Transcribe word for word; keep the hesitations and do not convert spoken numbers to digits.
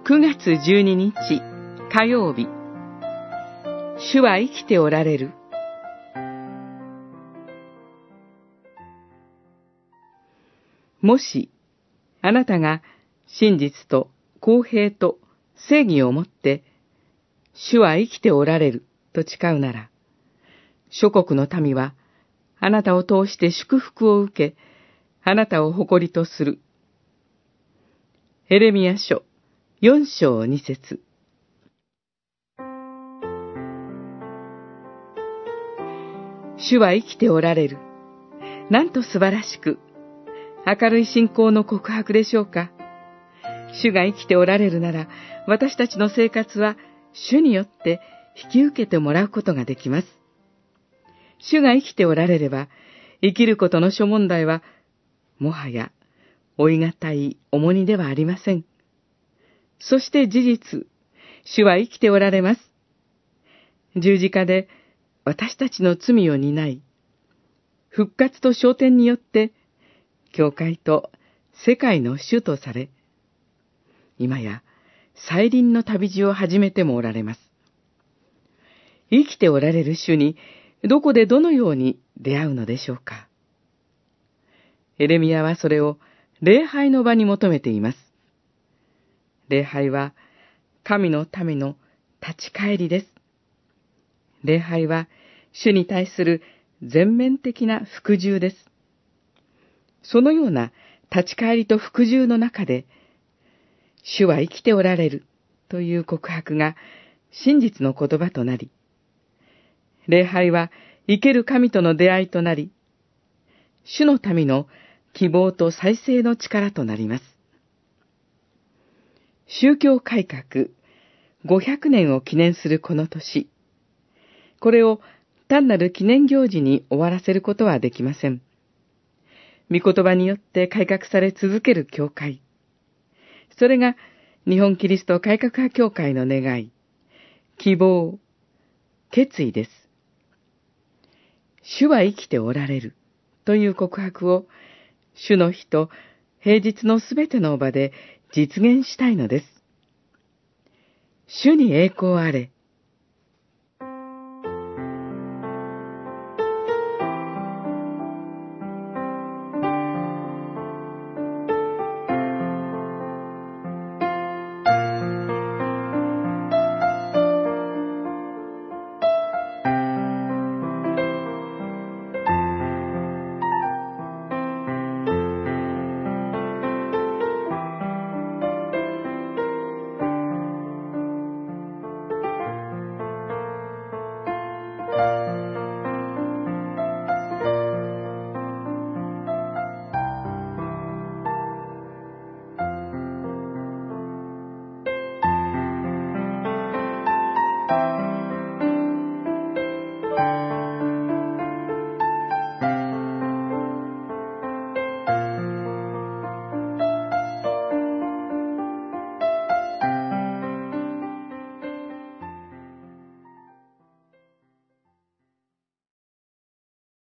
くがつじゅうににち火曜日、主は生きておられる。もしあなたが真実と公平と正義をもって主は生きておられると誓うなら、諸国の民はあなたを通して祝福を受け、あなたを誇りとする。エレミヤ書よん章に節。主は生きておられる。なんと素晴らしく、明るい信仰の告白でしょうか。主が生きておられるなら、私たちの生活は主によって引き受けてもらうことができます。主が生きておられれば、生きることの諸問題は、もはや負い難い重荷ではありません。そして事実、主は生きておられます。十字架で私たちの罪を担い、復活と昇天によって、教会と世界の主とされ、今や再臨の旅路を始めてもおられます。生きておられる主に、どこでどのように出会うのでしょうか。エレミヤはそれを礼拝の場に求めています。礼拝は神のための立ち返りです。礼拝は主に対する全面的な服従です。そのような立ち返りと服従の中で、主は生きておられるという告白が真実の言葉となり、礼拝は生ける神との出会いとなり、主の民の希望と再生の力となります。宗教改革ごひゃくねんを記念するこの年、これを単なる記念行事に終わらせることはできません。御言葉によって改革され続ける教会。それが日本キリスト改革派教会の願い、希望、決意です。主は生きておられるという告白を主の日と平日のすべての場で実現したいのです。主に栄光あれ。